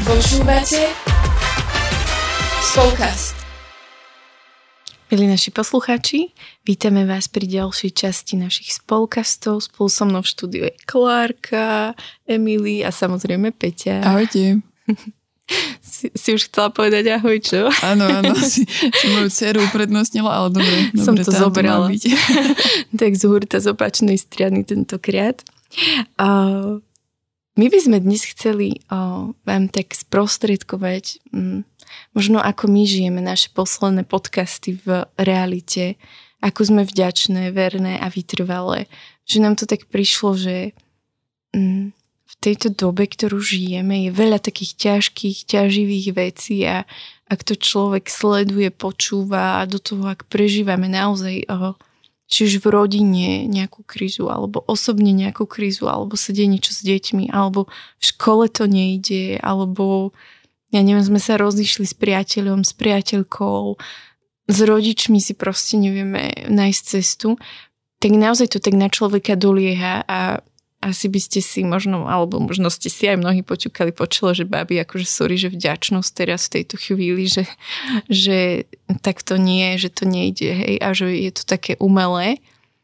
Počúvate Spolkast. Milí naši poslucháči, vítame vás pri ďalšej časti našich spolkastov. Spolu so mnou v štúdiu je Klárka, Emily a samozrejme Peťa. Ahojte. Si už chcela povedať ahoj, čo? Áno, si moju dceru uprednostnila, ale dobre. Som to zobrala. Tak z hurta z opačnej strany tentokrát. My by sme dnes chceli vám tak sprostredkovať možno ako my žijeme naše posledné podcasty v realite, ako sme vďačné, verné a vytrvalé. Že nám to tak prišlo, že v tejto dobe, ktorú žijeme, je veľa takých ťažkých, ťaživých vecí a ak to človek sleduje, počúva a do toho, ak prežívame naozaj či už v rodine nejakú krízu, alebo osobne nejakú krízu, alebo sa deje niečo s deťmi, alebo v škole to nejde, alebo ja neviem, sme sa rozišli s priateľom, s priateľkou, s rodičmi si proste nevieme nájsť cestu, tak naozaj to tak na človeka dolieha a asi by ste si možno, alebo možno ste si aj mnohí počúkali po čele, že babi, akože sorry, že vďačnosť teraz v tejto chvíli, že tak to nie, že to nejde, hej, a že je to také umelé,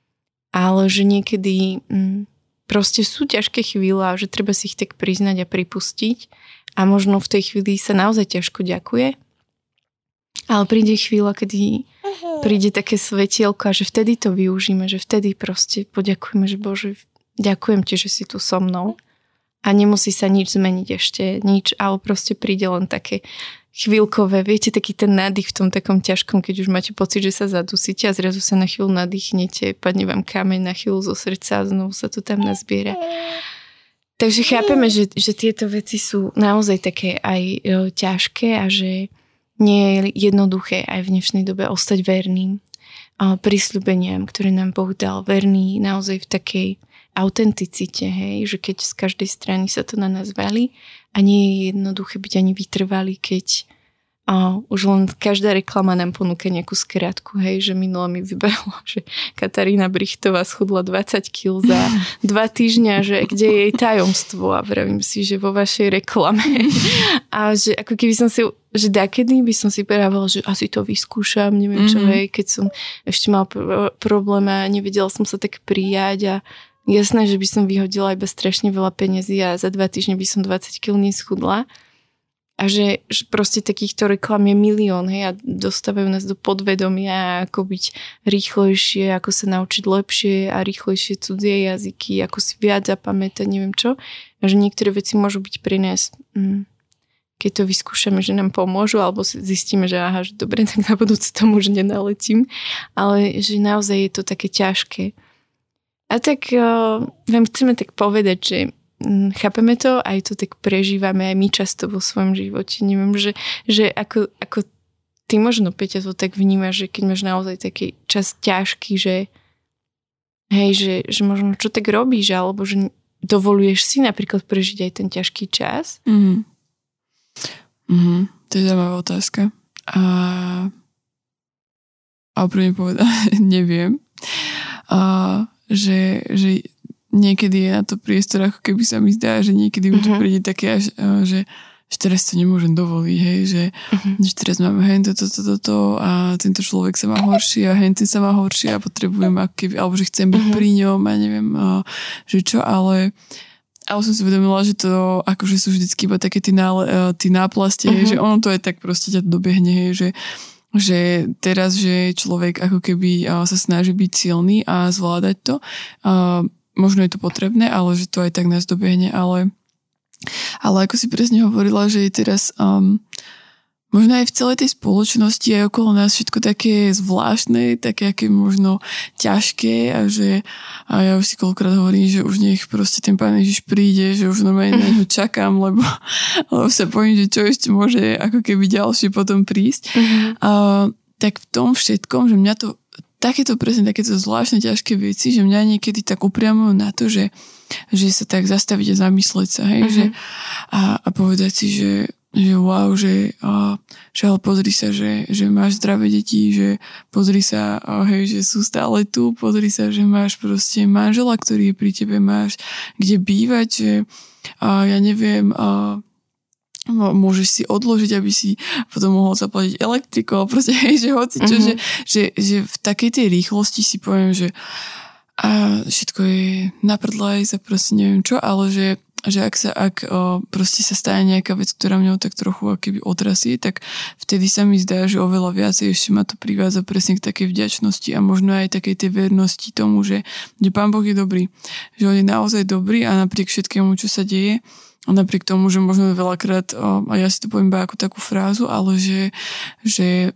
ale že niekedy proste sú ťažké chvíle a že treba si ich tak priznať a pripustiť a možno v tej chvíli sa naozaj ťažko ďakuje, ale príde chvíľa, kedy príde také svetielko a že vtedy to využíme, že vtedy proste poďakujeme, že Bože, ďakujem ti, že si tu so mnou a nemusí sa nič zmeniť ešte, nič, ale proste príde len také chvíľkové, viete, taký ten nádych v tom takom ťažkom, keď už máte pocit, že sa zadusíte a zrazu sa na chvíľu nadýchnete, padne vám kameň na chvíľu zo srdca a znovu sa to tam nazbiera. Takže chápeme, že tieto veci sú naozaj také aj ťažké a že nie je jednoduché aj v dnešnej dobe ostať verným prisľúbeniam, ktoré nám Boh dal, verný naozaj v takej autenticite, hej, že keď z každej strany sa to na nás valí a nie je jednoduché byť ani vytrvalý, keď už len každá reklama nám ponúka nejakú skratku, hej, že minulo mi vybehlo, že Katarína Brichtová schudla 20 kg za 2 týždňa, že kde je jej tajomstvo a vravím si, že vo vašej reklame a že ako keby som si, že dakedy by som si povedala, že asi to vyskúšam, neviem čo, hej, keď som ešte mal problém a nevedela som sa tak prijať a jasné, že by som vyhodila iba strašne veľa peniazy a za 2 týždne by som 20 kg neschudla. A že proste takýchto reklam je milión, hej, a dostávajú nás do podvedomia, ako byť rýchlejšie, ako sa naučiť lepšie a rýchlejšie cudzie jazyky, ako si viac zapamätať, neviem čo. A že niektoré veci môžu byť pri nás, keď to vyskúšame, že nám pomôžu, alebo zistíme, že aha, že dobre, tak na budúce tomu už nenaletím. Ale že naozaj je to také ťažké. A tak vám chceme tak povedať, že chápeme to, aj to tak prežívame aj my často vo svojom živote. Neviem, že ako ty možno, Peťa, to tak vnímaš, že keď máš naozaj taký čas ťažký, že hej, že možno čo tak robíš, alebo že dovoluješ si napríklad prežiť aj ten ťažký čas? To je zaujímavá otázka. A úprimne povedať, neviem. Že niekedy je na to priestor, ako keby sa mi zdá, že niekedy mi to príde také až, že teraz to nemôžem dovoliť, hej, že teraz máme toto a tento človek sa má horší a ten sa má horší a potrebujem alebo že chcem byť pri ňom a neviem, že čo, ale som si uvedomila, že to akože sú vždycky iba také tí náplastie, že ono to aj tak proste ťa dobehne, hej, že teraz, že človek ako keby sa snaží byť silný a zvládať to, možno je to potrebné, ale že to aj tak nás dobehne, ale ako si presne hovorila, že je teraz možno aj v celej tej spoločnosti aj okolo nás všetko také zvláštne, také aké možno ťažké a ja už si koľkokrát hovorím, že už nech proste ten Pán Ježiš príde, že už normálne na ňo čakám, lebo sa bojím, že čo ešte môže ako keby ďalšie potom prísť. Tak v tom všetkom, že mňa to takéto zvláštne ťažké veci, že mňa niekedy tak upriamujú na to, že sa tak zastaviť a zamyslieť sa, hej, že a povedať si, že wow, že ale pozri sa, že máš zdravé deti, že pozri sa, hej, že sú stále tu, pozri sa, že máš proste manžela, ktorý je pri tebe, máš kde bývať, že ja neviem, môžeš si odložiť, aby si potom mohol zaplatiť elektriku, proste, hej, že hoci čo, že v takej tej rýchlosti si poviem, že a všetko je na prdlajs a proste neviem čo, ale že ak proste sa stane nejaká vec, ktorá mňa tak trochu akoby otrasie, tak vtedy sa mi zdá, že oveľa viacej ešte ma to privádza presne k takej vďačnosti a možno aj takej tej vernosti tomu, že Pán Boh je dobrý, že on je naozaj dobrý a napriek všetkému, čo sa deje, a napriek tomu, že možno veľakrát, a ja si to poviem iba ako takú frázu, ale že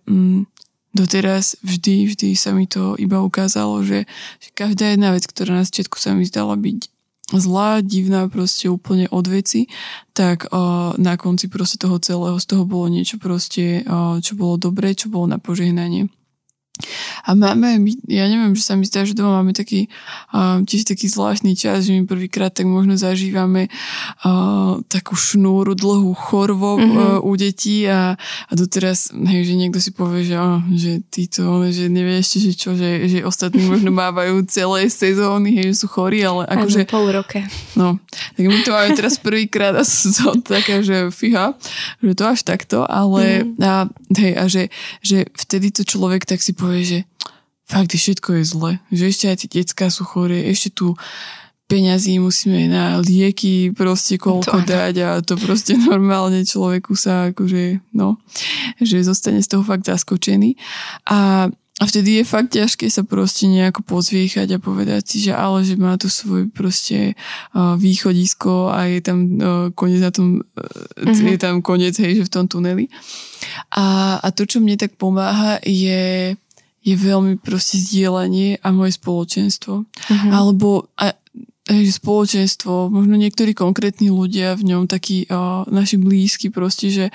doteraz vždy sa mi to iba ukázalo, že každá jedna vec, ktorá na začiatku sa mi zdala byť zlá, divná, proste úplne od veci, tak na konci proste toho celého z toho bolo niečo proste, čo bolo dobré, čo bolo na požehnanie. A ja neviem, že sa mi zdá, že doma máme tiež taký zvláštny čas, že my prvýkrát tak možno zažívame takú šnúru, dlhú chorôb u detí a doteraz, hej, že niekto si povie, že títo, že nevie ešte, že čo, že ostatní možno mávajú celé sezóny, hej, že sú chorí, ale akože... Áno, pol roka. No, tak my to máme teraz prvýkrát a som taká, že fíha, že to až takto, ale a že vtedy to človek tak si povie, že fakt všetko je zle, že ešte aj tie decká sú choré, ešte tu peňazí musíme na lieky proste koľko dať a to proste normálne človeku sa akože, že zostane z toho fakt zaskočený a vtedy je fakt ťažké sa proste nejako pozviechať a povedať si, že ale že má tu svoj proste východisko a je tam koniec na tom, je tam koniec, hej, že v tom tuneli. A to, čo mne tak pomáha, je veľmi proste zdieľanie a moje spoločenstvo. Alebo že spoločenstvo, možno niektorí konkrétni ľudia v ňom, takí naši blízky proste, že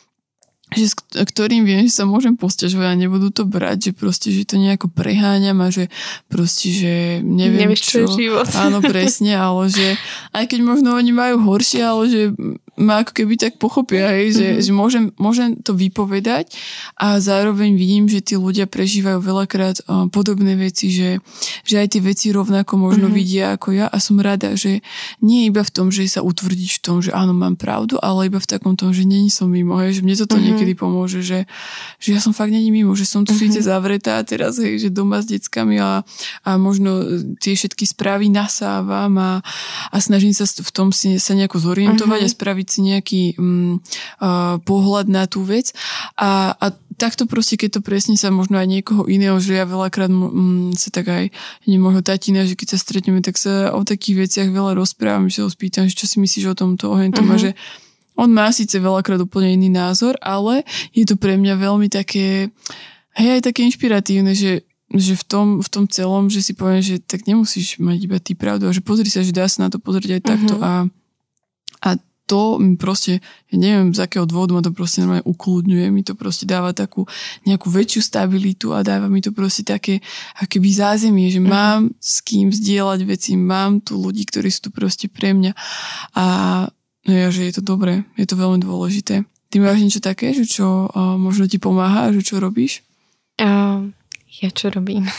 s ktorým viem, že sa môžem posťažovať a nebudú to brať, že proste, že to nejako preháňam a že proste, že neviem nevieš, čo je život. Áno, presne, ale že aj keď možno oni majú horšie, ale že ma ako keby tak pochopia, hej, že môžem to vypovedať a zároveň vidím, že tí ľudia prežívajú veľakrát podobné veci, že aj tie veci rovnako možno vidia ako ja a som rada, že nie iba v tom, že sa utvrdiť v tom, že áno, mám pravdu, ale iba v takom tom, že není som mimo, hej, že mne toto niekedy pomôže, že ja som fakt není mimo, že som tu síce zavretá teraz, hej, že doma s deckami a možno tie všetky správy nasávam a snažím sa v tom si sa nejako zorientovať a spraviť si nejaký pohľad na tú vec a takto proste, keď to presne sa možno aj niekoho iného, že ja veľakrát sa tak aj môjho tatina, že keď sa stretneme, tak sa o takých veciach veľa rozprávam, že sa ho spýtam, že čo si myslíš o tomto, a že on má síce veľakrát úplne iný názor, ale je to pre mňa veľmi také, aj také inšpiratívne, že v tom celom, že si poviem, že tak nemusíš mať iba ty pravdu a že pozri sa, že dá sa na to pozrieť aj takto a to mi proste, ja neviem z akého dôvodu ma to proste normálne ukludňuje, mi to proste dáva takú nejakú väčšiu stabilitu a dáva mi to proste také akoby zázemie, že mám s kým zdieľať veci, mám tu ľudí, ktorí sú tu proste pre mňa a že je to dobré, je to veľmi dôležité. Ty máš niečo také, že čo možno ti pomáha, že čo robíš? Ja čo robím?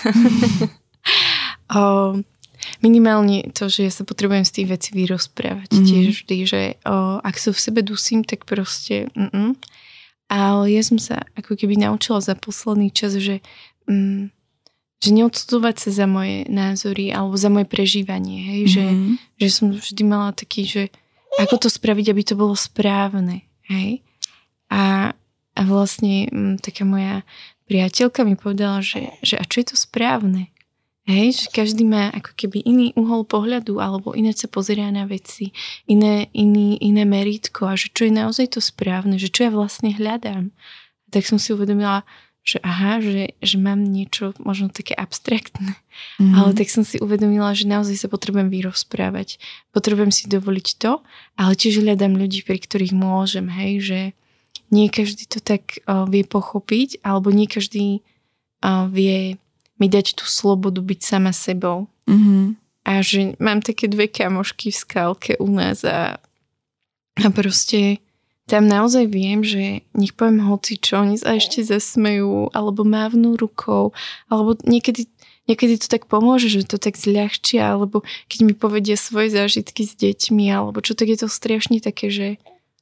Minimálne to, že ja sa potrebujem z tých vecí vyrozprávať. Tiež vždy, že ak sa v sebe dusím, tak proste Ale ja som sa ako keby naučila za posledný čas, že neodsudzovať sa za moje názory alebo za moje prežívanie. Hej? Že som vždy mala taký, že ako to spraviť, aby to bolo správne. Hej? A vlastne taká moja priateľka mi povedala, že a čo je to správne? Hej, že každý má ako keby iný uhol pohľadu alebo ináč sa pozerá na veci, iné merítko a že čo je naozaj to správne, že čo ja vlastne hľadám. A tak som si uvedomila, že že mám niečo možno také abstraktné, ale tak som si uvedomila, že naozaj sa potrebujem vyrozprávať. Potrebujem si dovoliť to, ale tiež hľadám ľudí, pri ktorých môžem, hej, že nie každý to tak vie pochopiť, alebo nie každý vie mi dať tú slobodu byť sama sebou. A že mám také 2 kamošky v Skalke u nás a proste tam naozaj viem, že nech poviem hocičo, oni sa ešte zasmejú, alebo mávnú rukou, alebo niekedy to tak pomôže, že to tak zľahčia, alebo keď mi povedia svoje zážitky s deťmi, alebo čo, tak je to strašne také, že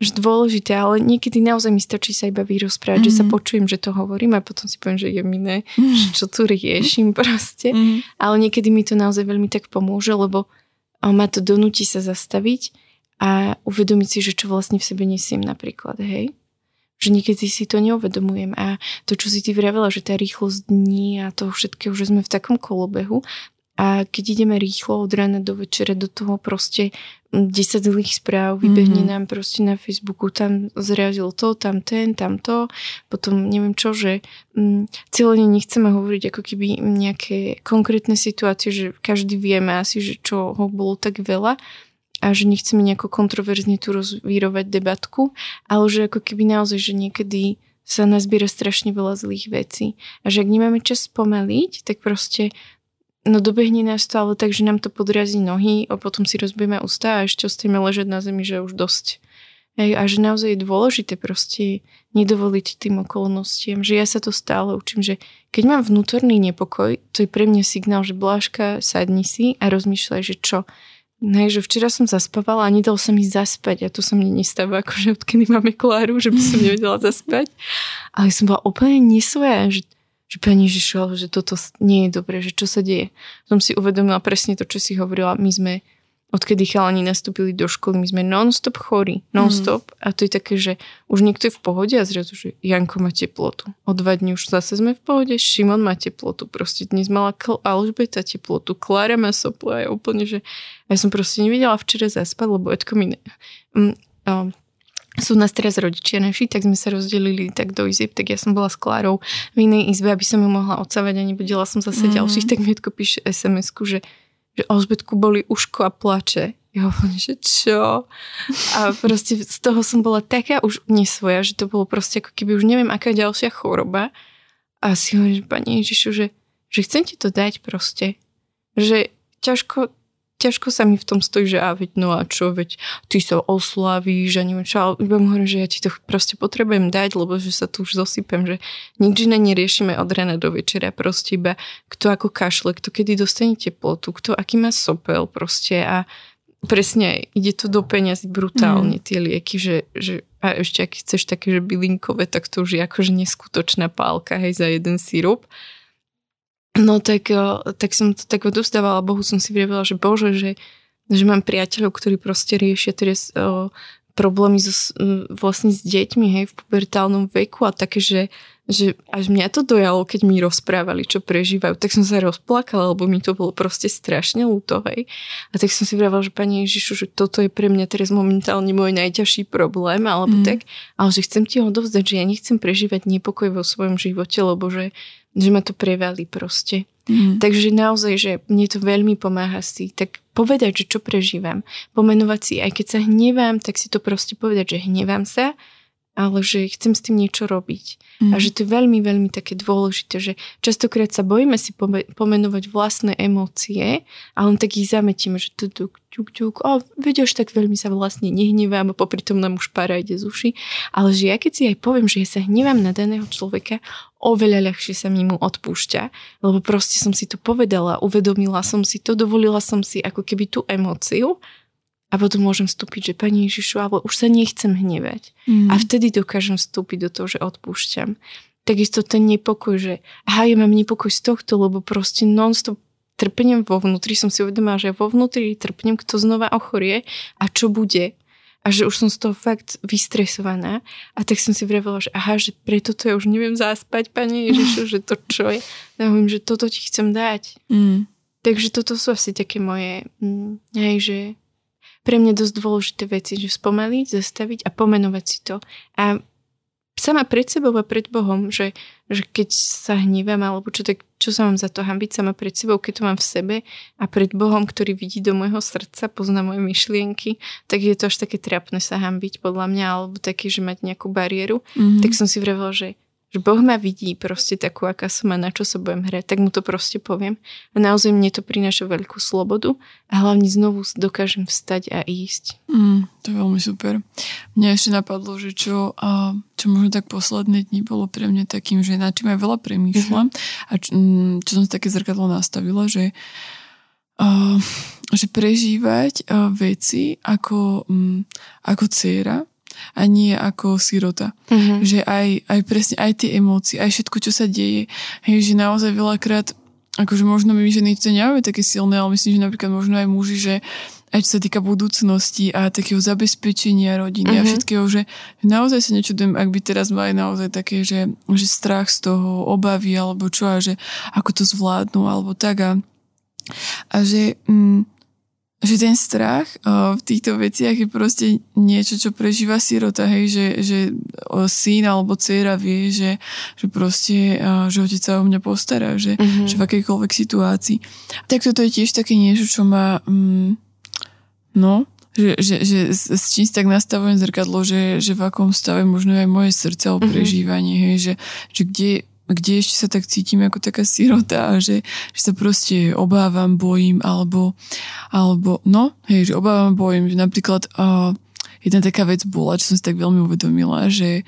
že dôležité, ale niekedy naozaj mi stačí sa iba vyrozprávať, že sa počujem, že to hovorím a potom si poviem, že je miné, že čo tu riešim proste. Ale niekedy mi to naozaj veľmi tak pomôže, lebo ma to donúti sa zastaviť a uvedomiť si, že čo vlastne v sebe nesiem napríklad, hej. Že niekedy si to neuvedomujem a to, čo si ty vravela, že tá rýchlosť dní a toho všetkého, že sme v takom kolobehu a keď ideme rýchlo od rána do večera, do toho proste 10 zlých správ, vybehne nám proste na Facebooku, tam zrazil to, tam to, potom neviem čo, že cieľene nechceme hovoriť ako keby nejaké konkrétne situácie, že každý vieme asi, že čo ho bolo tak veľa a že nechceme nejako kontroverzne tu rozvírovať debatku, ale že ako keby naozaj, že niekedy sa nazbiera strašne veľa zlých vecí a že ak nemáme čas spomaliť, tak proste no dobehne nás to, ale tak, že nám to podrazí nohy a potom si rozbijeme ústa a ešte ostajeme ležať na zemi, že už dosť. Hej, a že naozaj je dôležité proste nedovoliť tým okolnostiam, že ja sa to stále učím, že keď mám vnútorný nepokoj, to je pre mňa signál, že Bláška, sadni si a rozmýšľaj, že čo. Hej, že včera som zaspávala a nedalo sa mi zaspať a to sa mne nestáva, akože odkedy máme Kláru, že by som nevedela zaspať. Ale som bola úplne nesvoja, že Pani Ježišu, ale že toto nie je dobré, že čo sa deje. Som si uvedomila presne to, čo si hovorila. My sme, odkedy chalani nastúpili do školy, my sme non-stop chorí. Non-stop. A to je také, že už niekto je v pohode a zrazu, že Janko má teplotu. O 2 dní už zase sme v pohode, Šimon má teplotu. Proste dnes mala Alžbeta teplotu, Klára má sopla. Ja úplne, že ja som proste nevedela včera zaspať, lebo Edko mi sú nás teraz rodičia naši, tak sme sa rozdelili tak do izieb, tak ja som bola s Klárou v inej izbe, aby som ju mohla odsávať a nebudela som zase ďalších, tak mi Edko píše SMS-ku, že Alžbetku boli uško a plače. Ja hovorím, že čo? A proste z toho som bola taká už nesvoja, že to bolo proste ako keby už neviem aká ďalšia choroba a si hovorím, že Pani Ježišu, že chcem ti to dať proste, že ťažko sa mi v tom stojí, že veď no a čo, veď ty sa oslavíš a neviem čo, ale iba mu hovorím, že ja ti to proste potrebujem dať, lebo že sa tu už zosypem, že nič iné neriešime od rána do večera, proste iba kto ako kašle, kto kedy dostane teplotu, kto aký má sopel proste a presne ide to do peňazí brutálne tie lieky, že a ešte ak chceš také, že bylinkové, tak to už je akože neskutočná pálka, hej, za jeden sirup. No tak som to tak odovzdávala Bohu, som si vravela, že Bože, že mám priateľov, ktorí proste riešia teraz problémy vlastne s deťmi, hej, v pubertálnom veku a také, že až mňa to dojalo, keď mi rozprávali, čo prežívajú, tak som sa rozplakala, lebo mi to bolo proste strašne ľúto, hej. A tak som si vravela, že Pani Ježišu, že toto je pre mňa teraz momentálne môj najťažší problém, alebo tak, ale že chcem ti ho odovzdať, že ja nechcem prežívať nepokoj vo svojom živote, lebo že ma to prevalí proste. Takže naozaj, že mne to veľmi pomáha si tak povedať, že čo prežívam. Pomenovať si, aj keď sa hnevám, tak si to proste povedať, že hnevám sa, ale že chcem s tým niečo robiť. A že to je veľmi, veľmi také dôležité, že častokrát sa bojíme si pomenovať vlastné emócie a len tak ich zametíme, že ťuk, veď až tak veľmi sa vlastne nehnevám a popri tom nám už pára ide z uši. Ale že ja keď si aj poviem, že ja sa hnevám na daného človeka, oveľa ľahšie sa mi mu odpúšťa, lebo proste som si to povedala, uvedomila som si to, dovolila som si ako keby tú emóciu a potom môžem vstúpiť, že Pani Ježišu, ale už sa nechcem hnevať. A vtedy dokážem vstúpiť do toho, že odpúšťam. Takisto ten nepokoj, že ja mám nepokoj z tohto, lebo proste non-stop trpnem vo vnútri. Som si uvedomila, že vo vnútri trpnem, kto znova ochorie a čo bude. A že už som z toho fakt vystresovaná. A tak som si vravela, že že preto to ja už neviem zaspať, Pani Ježišu, že to čo je. Ja hovorím, že toto ti chcem dať. Takže toto sú asi také moje, že pre mňa dosť dôležité veci, že spomaliť, zastaviť a pomenovať si to. A sama pred sebou a pred Bohom, že keď sa hnívam, alebo čo sa mám za to hanbiť sama pred sebou, keď to mám v sebe a pred Bohom, ktorý vidí do môjho srdca, pozná moje myšlienky, tak je to až také trápne sa hanbiť podľa mňa, alebo také, že mať nejakú bariéru. Tak som si vravela, že Boh ma vidí proste takú, aká som a na čo sa budem hrať, tak mu to proste poviem. A naozaj mne to prináša veľkú slobodu a hlavne znovu dokážem vstať a ísť. To je veľmi super. Mňa ešte napadlo, že čo možno tak posledné dni bolo pre mňa takým, že nad čím aj veľa premýšľam a čo som si také zrkadlo nastavila, že prežívať veci ako dcéra, a nie ako sirota. Že aj presne, aj tie emócie, aj všetko, čo sa deje. Hej, že naozaj veľakrát, akože možno my ženy to nemáme také silné, ale myslím, že napríklad možno aj muži, že aj čo sa týka budúcnosti a takého zabezpečenia rodiny a všetkého, že naozaj sa nečudujem, ak by teraz mali naozaj také, že strach z toho, obavy alebo čo a že ako to zvládnu alebo tak a že ten strach v týchto veciach je proste niečo, čo prežíva sirota, hej, že syn alebo dcéra vie, že proste, že otec sa o mňa postará, že v akejkoľvek situácii. Tak toto je tiež také niečo, čo má že s čím si tak nastavujem zrkadlo, že v akom stave možno aj moje srdce alebo prežívanie, hej, že kde ešte sa tak cítim ako taká sirota a že sa proste obávam, bojím alebo že obávam, bojím, že napríklad jedna taká vec bola, čo som si tak veľmi uvedomila, že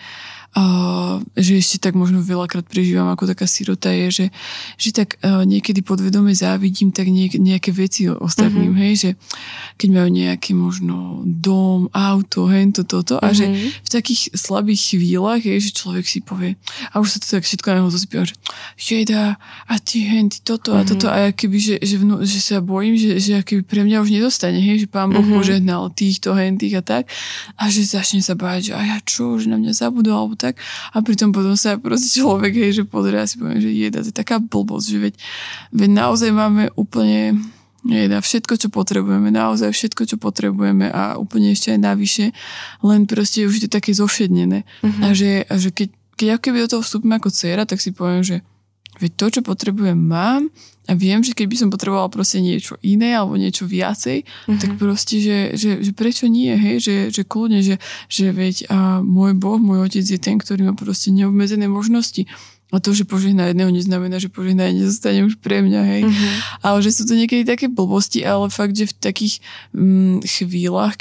ešte tak možno veľakrát prežívam ako taká sirota je, že tak niekedy podvedome závidím tak nejaké veci ostatným, hej, že keď majú nejaký možno dom, auto, toto a že v takých slabých chvíľach je, že človek si povie a už sa to tak všetko na neho zosypia, že jeda a ty toto a toto a keby, že sa bojím, že keby pre mňa už nedostane, hej, že Pán Boh požehnal týchto, tých a tak a že začne sa báť, že a ja čo, že na mňa zabudol alebo tak a pritom potom sa proste človek, hej, že pozrie a si poviem, že jeda, to je taká blbosť, že veď naozaj máme úplne všetko, čo potrebujeme, naozaj všetko, čo potrebujeme a úplne ešte aj navyše, len proste už je to také zovšednené. A že keď keby do toho vstúpim ako dcéra, tak si poviem, že veď to, čo potrebujem, mám a viem, že keď by som potrebovala proste niečo iné alebo niečo viacej, tak proste, že prečo nie, hej, že kľudne, že veď môj Boh, môj otec je ten, ktorý má proste neobmedzené možnosti. A to, že požehná jedného, neznamená, že požehnanie nezostane už pre mňa, hej. Ale že sú to niekedy také blbosti, ale fakt, že v takých chvíľach,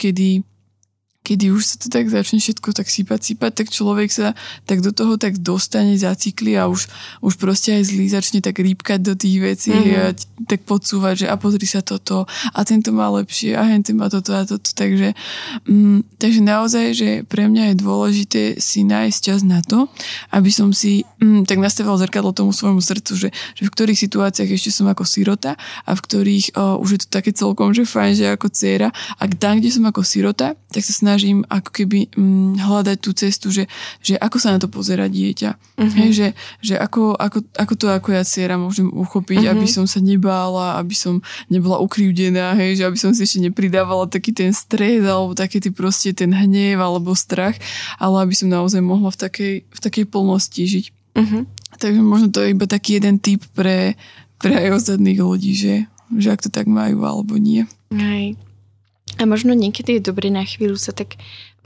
kedy už sa to tak začne všetko tak sypať, tak človek sa tak do toho tak dostane, zacykli a už proste aj zlý začne tak rýpkať do tých vecí a tak podsúvať, že a pozri sa toto a tento má lepšie a henten má toto a toto. Takže naozaj, že pre mňa je dôležité si nájsť čas na to, aby som si tak nastavila zrkadlo tomu svojmu srdcu, že v ktorých situáciách ešte som ako sirota a v ktorých už je to také celkom, že fajn, že ako dcéra a tam, kde som ako sirota, tak sa snažím ako keby hľadať tú cestu, že ako sa na to pozerá dieťa. Hej, že ako to ako ja dcéra môžem uchopiť, aby som sa nebála, aby som nebola ukrivdená, hej, že aby som si ešte nepridávala taký ten stres alebo taký proste ten hnev alebo strach, ale aby som naozaj mohla v takej plnosti žiť. Takže možno to je iba taký jeden tip pre aj ostatných ľudí, že ak to tak majú alebo nie. Hej. A možno niekedy je dobre na chvíľu sa tak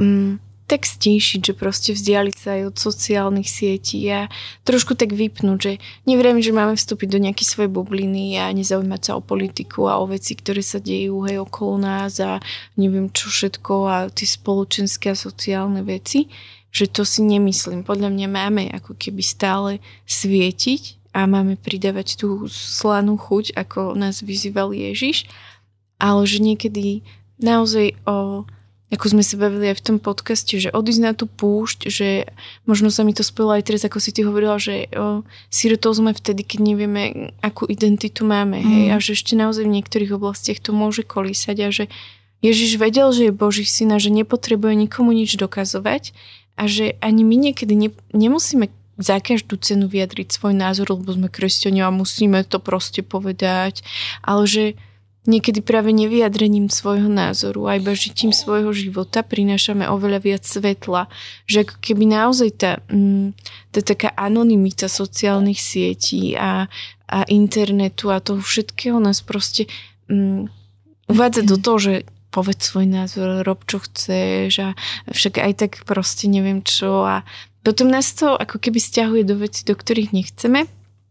stíšiť, že proste vzdialiť sa aj od sociálnych sietí a trošku tak vypnúť, že neviem, že máme vstúpiť do nejakej svojej bubliny a nezaujímať sa o politiku a o veci, ktoré sa dejú okolo nás a neviem čo všetko a tie spoločenské a sociálne veci, že to si nemyslím. Podľa mňa máme ako keby stále svietiť a máme pridávať tú slanú chuť, ako nás vyzýval Ježiš, ale že niekedy naozaj ako sme sa bavili aj v tom podcaste, že odísť na tú púšť, že možno sa mi to spojilo aj teraz, ako si ty hovorila, že sirotou sme vtedy, keď nevieme, akú identitu máme, hej, a že ešte naozaj v niektorých oblastiach to môže kolísať a že Ježiš vedel, že je Boží syn a že nepotrebuje nikomu nič dokazovať a že ani my niekedy nemusíme za každú cenu vyjadriť svoj názor, lebo sme kresťania a musíme to proste povedať, ale že niekedy práve nevyjadrením svojho názoru a iba žitím svojho života prinášame oveľa viac svetla. Že ako keby naozaj tá taká anonymita sociálnych sietí a internetu a toho všetkého nás proste uvádza do toho, že povedz svoj názor, rob čo chceš a však aj tak proste neviem čo a potom nás to ako keby stiahuje do vecí, do ktorých nechceme.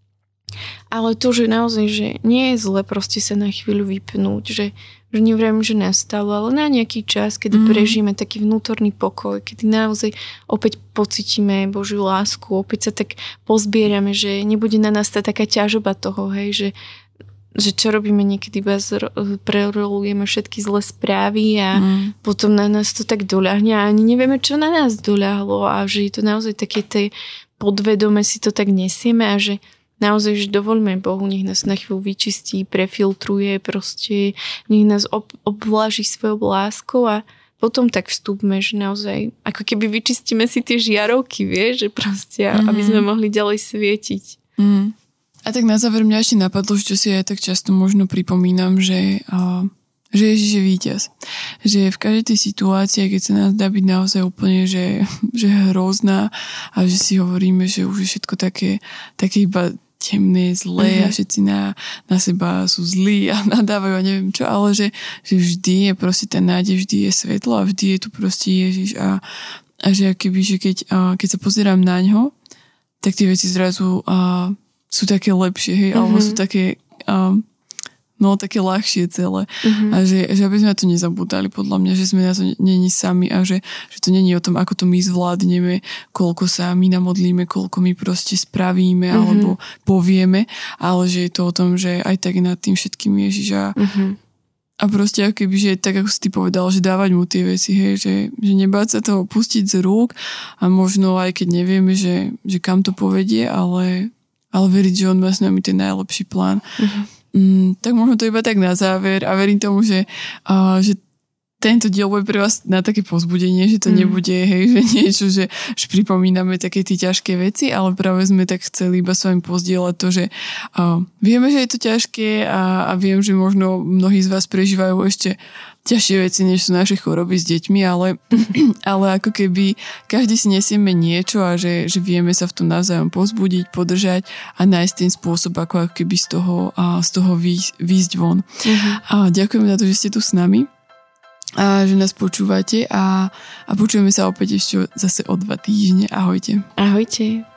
Ale to, že naozaj, že nie je zle proste sa na chvíľu vypnúť, že neviem, že nastalo, ale na nejaký čas, kedy prežijeme taký vnútorný pokoj, kedy naozaj opäť pocítime Božiu lásku, opäť sa tak pozbierame, že nebude na nás tá taká ťažoba toho, hej, že že čo robíme niekedy, prerolujeme všetky zlé správy a potom na nás to tak doľahne a ani nevieme, čo na nás doľahlo a že je to naozaj také podvedome si to tak nesieme a že naozaj, že dovoľme Bohu, nech nás na chvíľu vyčistí, prefiltruje, proste nech nás obvláži svojou láskou a potom tak vstúpme, že naozaj ako keby vyčistíme si tie žiarovky, vieš, že proste, aby sme mohli ďalej svietiť. A tak na záver mňa ešte napadlo, čo si aj tak často možno pripomínam, že Ježiš je víťaz. Že v každej tej situácii, keď sa nás dá byť naozaj úplne, že hrozná a že si hovoríme, že už je všetko také iba temné, zlé a všetci na seba sú zlí a nadávajú a neviem čo, ale že vždy je proste tá nádej, vždy je svetlo a vždy je tu proste Ježiš a že akoby, že keď sa pozerám na ňo, tak tie veci zrazu sú také lepšie, hej, alebo sú také také ľahšie celé. A že aby sme na to nezabúdali, podľa mňa, že sme na to není sami a že to není o tom, ako to my zvládneme, koľko sa my namodlíme, koľko my proste spravíme alebo povieme, ale že je to o tom, že aj tak nad tým všetkým Ježiš a proste akoby, že tak ako si ty povedal, že dávať mu tie veci, hej, že nebáť sa toho pustiť z rúk a možno aj keď nevieme, že kam to povedie, ale veriť, že on má s nami ten najlepší plán. Tak možno to iba tak na záver a verím tomu, že tento diel bude pre vás na také povzbudenie, že to nebude, hej, že niečo, že pripomíname také tie ťažké veci, ale práve sme tak chceli iba s vami pozdieľať to, že vieme, že je to ťažké a viem, že možno mnohí z vás prežívajú ešte ťažšie veci, než sú naše choroby s deťmi, ale ako keby každý si nesieme niečo a že vieme sa v tom navzájom povzbudiť, podržať a nájsť ten spôsob, ako keby z toho výjsť von. A ďakujem za to, že ste tu s nami a že nás počúvate a počujeme sa opäť ešte zase o 2 týždne. Ahojte. Ahojte.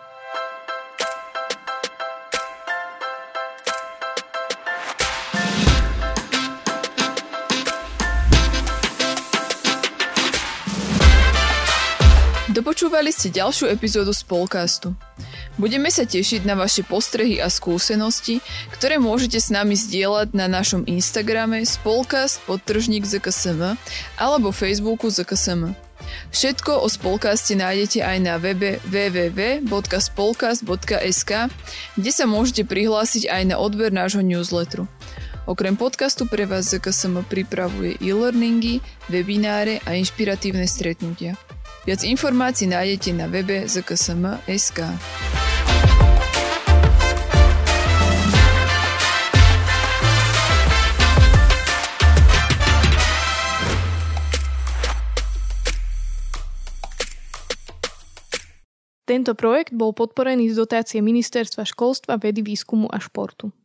Dopočúvali ste ďalšiu epizódu Spolcastu. Budeme sa tešiť na vaše postrehy a skúsenosti, ktoré môžete s nami zdieľať na našom Instagrame spolcast_ZKSM alebo Facebooku ZKSM. Všetko o Spolcaste nájdete aj na webe www.spolcast.sk, kde sa môžete prihlásiť aj na odber nášho newsletteru. Okrem podcastu pre vás ZKSM pripravuje e-learningy, webináre a inšpiratívne stretnutia. Viac informácií nájdete na webe zksm.sk. Tento projekt bol podporený z dotácie Ministerstva školstva, vedy, výskumu a športu.